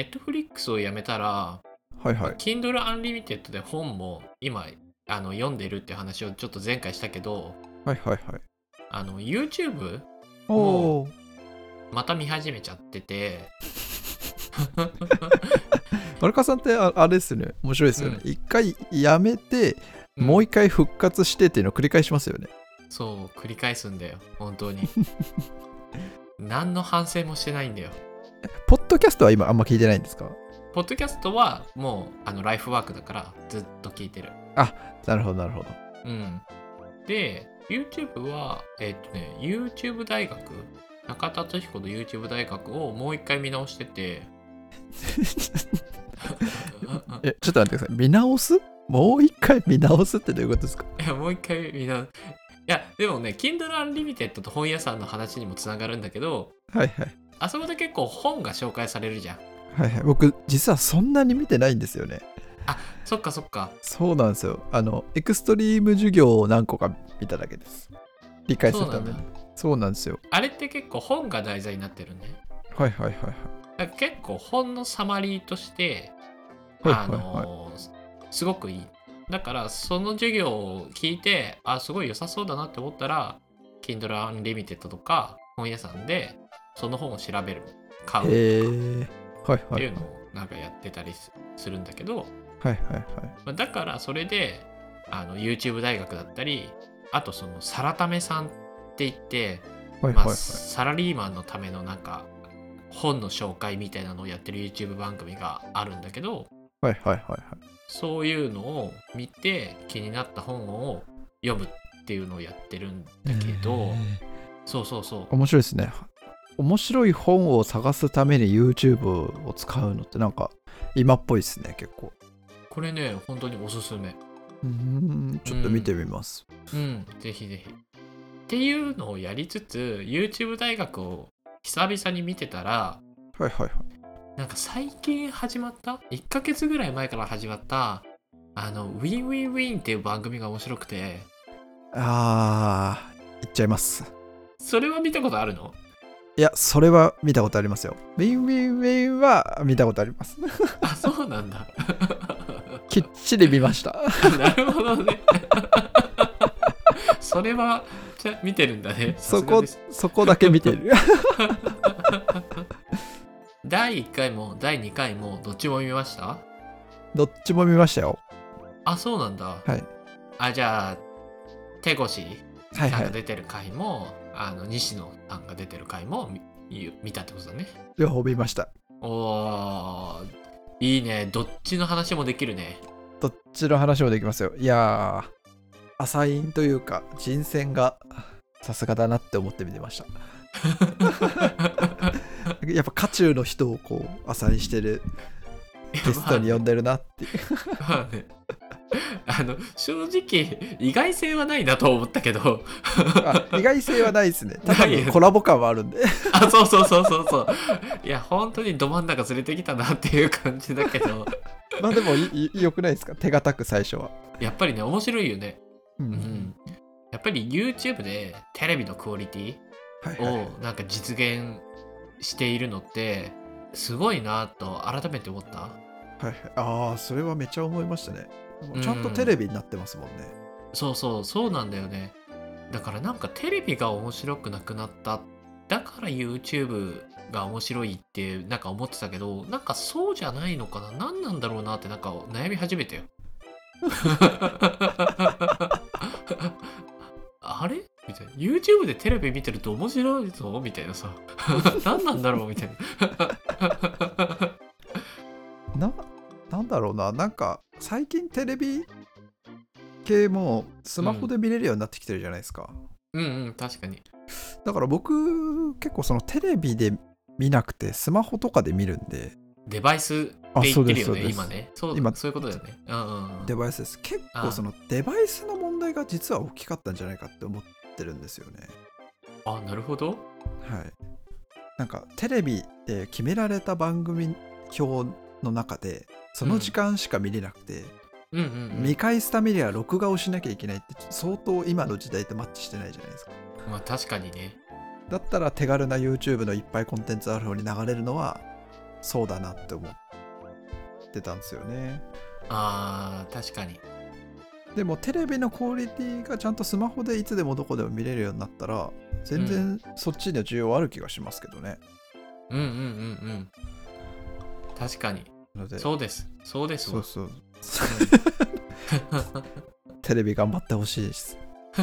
Netflix をやめたら、 はいはい。 Kindle Unlimited で本も今読んでるって話をちょっと前回したけど、 はいはいはい。 YouTube もおー。 また見始めちゃってて丸川さんってあれですよね。面白いですよね。 うん一回やめて、 うんもう一回復活してっていうのを繰り返しますよね。 そう繰り返すんだよ本当に何の反省もしてないんだよ。 ポッドキャストは今あんま聞いてないんですか？ ポッドキャストはもうライフワークだからずっと聞いてる。 なるほどなるほど。 うんで YouTube はYouTube 大学、中田敦彦の YouTube 大学をもう一回見直しててちょっと待ってください。見直す？もう一回見直すってどういうことですか？ いやもう一回見直す。いやでもね Kindle Unlimited と本屋さんの話にもつながるんだけど、 はいはい。 あそこで結構本が紹介されるじゃん。 はいはい。僕、実はそんなに見てないんですよね。 あ、そっかそっか。 そうなんですよ。エクストリーム授業を何個か見ただけです。理解するために。そうなんですよ。 あれって結構本が題材になってるね。 はいはいはいはい。 だから結構本のサマリーとしてはいはいはすごくいい。だからその授業を聞いてすごい良さそうだなって思ったら Kindle Unlimited とか本屋さんでその本を調べる、買うい。はいっはいはい。 ていうのをなんかやってたりするんだけど、 はいはいはい。 だからそれでYouTube 大学だったり、あとそのサラタメさんって言って、サラリーマンのためのなんか本の紹介みたいなのをやってる YouTube 番組があるんだけど、 はいはいはいはい。 そういうのを見て気になった本を読むっていうのをやってるんだけど、そうそうそう。 面白いですね。面白い本を探すために YouTube を使うのってなんか今っぽいですね、結構。 これね、本当におすすめ。 ちょっと見てみます。 ぜひぜひ。っていうのをやりつつ、YouTube 大学を久々に見てたら、 はいはいはい。 なんか最近始まった1ヶ月ぐらい前から始まったウィンウィンウィンっていう番組が面白くて、 言っちゃいます。 それは見たことあるの？ いや、それは見たことありますよ。ウィンウィンウィンは見たことあります。 あ、そうなんだ。 きっちり見ました。 なるほどね。それは見てるんだね。 そこだけ見てる。 第1回も第2回もどっちも見ました？ どっちも見ましたよ。 あ、そうなんだ。 はい。 じゃあ手越さんはいはい。 が出てる回も、西野さんが出てる回も見たってことだね。 両方見ました。 おー、いいね。どっちの話もできるね。 どっちの話もできますよ。いやー、アサインというか人選がさすがだなって思って見てました。やっぱ渦中の人をこうアサインしてるゲストに呼んでるなっていう。 まあね、正直意外性はないなと思ったけど意外性はないですね。ただコラボ感はあるんで。 そう。いや本当にど真ん中連れてきたなっていう感じだけどまあでもよくないですか、手堅く最初は。 やっぱりね面白いよね。やっぱり YouTube でテレビのクオリティをなんか実現しているのってすごいなと改めて思った。 それはめっちゃ思いましたね。ちゃんとテレビになってますもんね。 そうなんだよね。だからなんかテレビが面白くなくなった、だから YouTube が面白いってなんか思ってたけど、なんかそうじゃないのかな、何なんだろうなってなんか悩み始めたよ。あれみたいな。YouTube でテレビ見てると面白いぞみたいなさ。何なんだろうみたいな。なんだろうな、なんか最近テレビ系もスマホで見れるようになってきてるじゃないですか。 確かに。 だから僕結構そのテレビで見なくてスマホとかで見るんで。 デバイスって言ってるよね今ね。そういうことだよね。 デバイスです。結構そのデバイスの問題が実は大きかったんじゃないかって思ってるんですよね。 なるほど。 なんかテレビで決められた番組表の中でその時間しか見れなくて、見返すためには録画をしなきゃいけないって相当今の時代とマッチしてないじゃないですか。 まあ確かにね。 だったら手軽な YouTube のいっぱいコンテンツある方に流れるのはそうだなって思ってたんですよね。 確かに。 でもテレビのクオリティがちゃんとスマホでいつでもどこでも見れるようになったら全然そっちの需要ある気がしますけどね。 確かに。そうですわ。 そうテレビ頑張ってほしいです。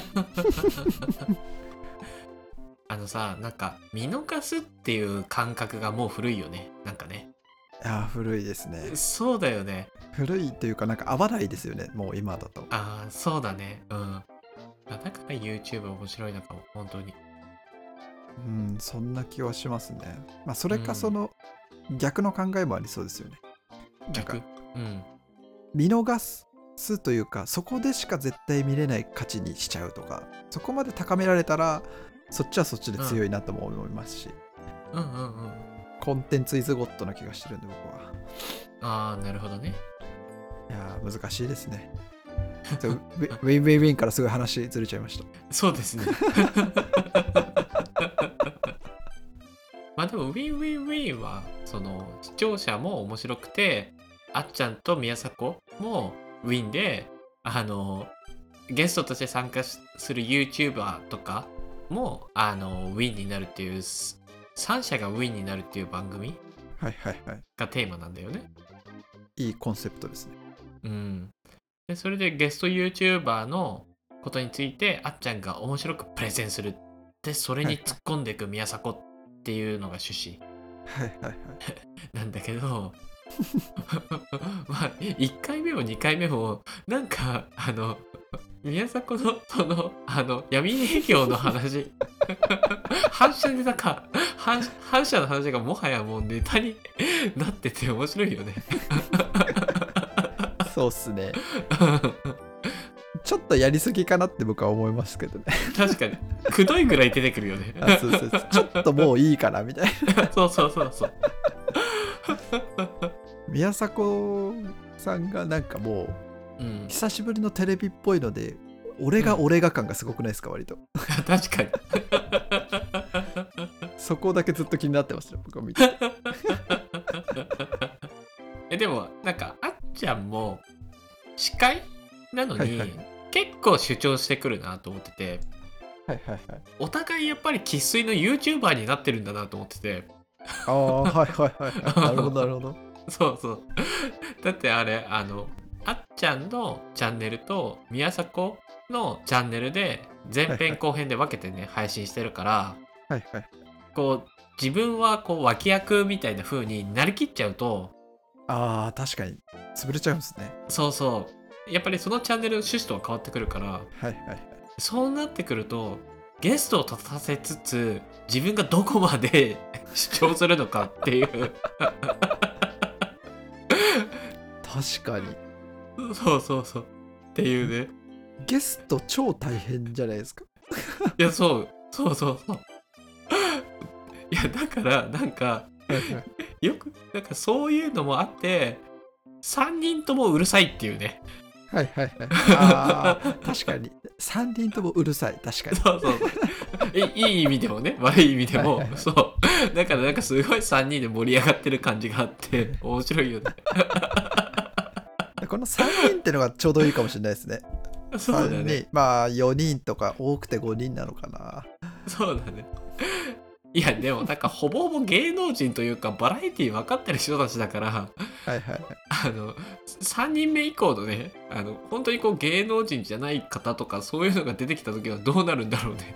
さ、なんか見逃すっていう感覚がもう古いよね。なんかね。 いや古いですね。 そうだよね。 古いというかなんか合わないですよね、もう今だと。 そうだね。だから YouTube 面白いのかも、本当に。 そんな気はしますね。まあそれかその逆の考えもありそうですよね。 逆？ 見逃すというかそこでしか絶対見れない価値にしちゃうとか、そこまで高められたらそっちはそっちで強いなとも思いますし、コンテンツイズゴッドな気がしてるんで僕は。なるほどね。 いや難しいですね。ウィンウィンウィンからすごい話ずれちゃいました。 そうですね。まあでもウィンウィンウィンはその視聴者も面白くて、あっちゃんと宮迫もウィンで、ゲストとして参加する YouTuber とかもウィンになるっていう、3社がウィンになるっていう番組がテーマなんだよね。 いいコンセプトですね。 でそれでゲスト YouTuber のことについてあっちゃんが面白くプレゼンする。でそれに突っ込んでいく宮迫っていうのが趣旨なんだけどまあ1回目も2回目もなんか宮迫のその闇営業の話反射でなんか反射の話がもはやもうネタになってて面白いよね。 そうっすね。ちょっとやりすぎかなって僕は思いますけどね。 確かにくどいぐらい出てくるよね。 そうちょっともういいかなみたいな。 そう宮迫さんがなんかもう、久しぶりのテレビっぽいので俺が感がすごくないですか、割と。 確かに。 そこだけずっと気になってますよ、僕は見て。 でもなんかあっちゃんも司会なのに、結構主張してくるなと思ってて、お互いやっぱり生粋の YouTuber になってるんだなと思ってて。 なるほどなるほど。 そうだってあれあっちゃんのチャンネルと宮迫のチャンネルで前編後編で分けてね、配信してるから、こう自分はこう脇役みたいな風になりきっちゃうと、 確かに潰れちゃうんですね。 そうやっぱりそのチャンネルの趣旨とは変わってくるから、そうなってくるとゲストを立たせつつ自分がどこまで主張するのかっていう。 確かに。 そうっていうね。 ゲスト超大変じゃないですか。 いやそういやだからなんかよくなんかそういうのもあって3人ともうるさいっていうね。 確かに3人ともうるさい。確かにそういい意味でもね悪い意味でも、そうだからなんかすごい3人で盛り上がってる感じがあって面白いよね。 この3人ってのがちょうどいいかもしれないですね。 そうだね。 まあ4人とか多くて5人なのかな。 そうだね。いやでもなんかほぼほぼ芸能人というかバラエティ分かってる人たちだから、3人目以降のね本当にこう芸能人じゃない方とかそういうのが出てきた時はどうなるんだろうね。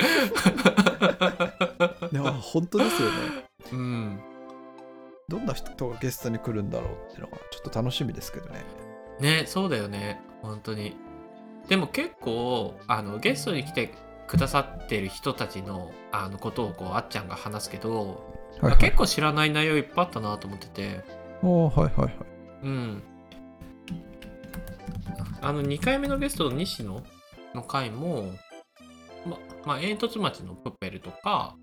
いや本当ですよね。どんな人がゲストに来るんだろうっていうのがちょっと楽しみですけどね。 ね、そうだよね本当に。でも結構ゲストに来てくださってる人たちのことをこうあっちゃんが話すけど、結構知らない内容いっぱいあったなと思ってて。2回目のゲストの西野の回も煙突町のプペルとか、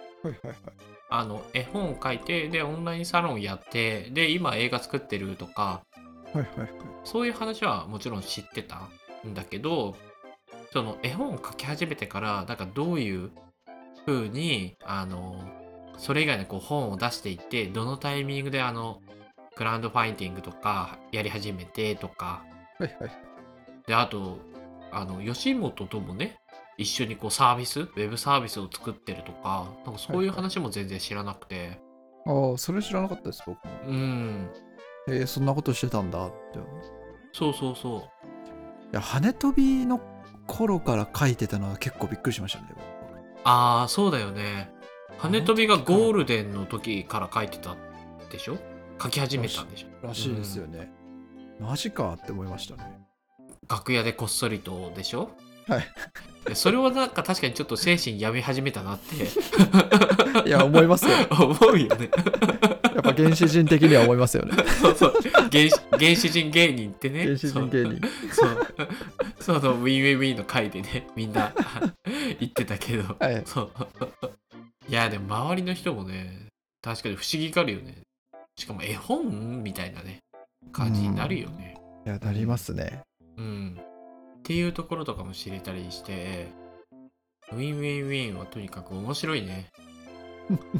絵本書いてでオンラインサロンやってで今映画作ってるとか、そういう話はもちろん知ってたんだけど、その絵本を書き始めてからなんかどういう風にそれ以外のこう本を出していって、どのタイミングでクラウドファインディングとかやり始めてとか、 はいはい。 で、あと、吉本ともね、一緒にこうサービス、ウェブサービスを作ってるとか、なんかそういう話も全然知らなくて。 ああ、それ知らなかったです、僕も。 うん。 そんなことしてたんだって。 そうそうそう。 いや、羽飛びの頃から書いてたのは結構びっくりしましたね。 ああ、そうだよね。羽飛びがゴールデンの時から書いてたでしょ？書き始めたんでしょ？ らしいですよね。マジかって思いましたね。 楽屋でこっそりとでしょ？ はい。 それはなんか確かにちょっと精神病み始めたなって。 いや、思いますよ。 思うよね。 やっぱ原始人的には思いますよね。 そうそう。原始人芸人ってね。 原始人芸人。 そう。そのウィンウィンウィンの回でね、みんな言ってたけど。 はい。 そう。いや、でも周りの人もね、確かに不思議があるよね。しかも絵本みたいなね、感じになるよね。 いや、なりますね。 うん。っていうところとかも知れたりして、ウィンウィンウィンはとにかく面白いね。うん。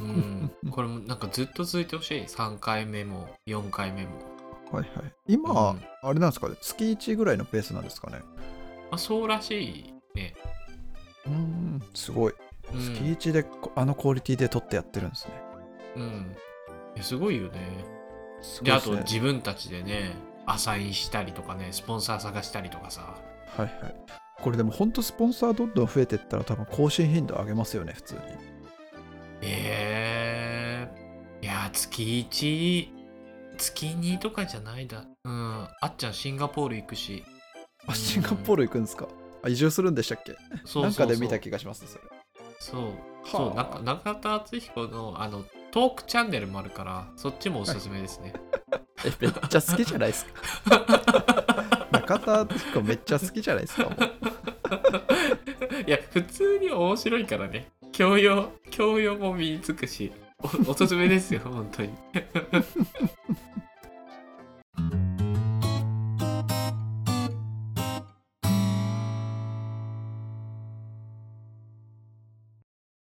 これもなんかずっと続いてほしい。3回目も4回目も。 はいはい。今、あれなんですかね、月1ぐらいのペースなんですかね。 そうらしいね。 すごい。月1であのクオリティで撮ってやってるんですね。 うん。すごいよね。で、あと自分たちでね、アサインしたりとかね、スポンサー探したりとかさ。 はいはい。これでも本当スポンサーどんどん増えていったら多分更新頻度上げますよね、普通に。 いや、月1、月2とかじゃないだ。あっちゃんシンガポール行くし。 シンガポール行くんですか？移住するんでしたっけ？ そうなんかで見た気がします、それ。 そう、なんか中田敦彦のトークチャンネルもあるから、そっちもおすすめですね。 めっちゃ好きじゃないですか。中田敦彦めっちゃ好きじゃないですか。もういや、普通に面白いからね。教養も身につくし、おすすめですよ、本当に。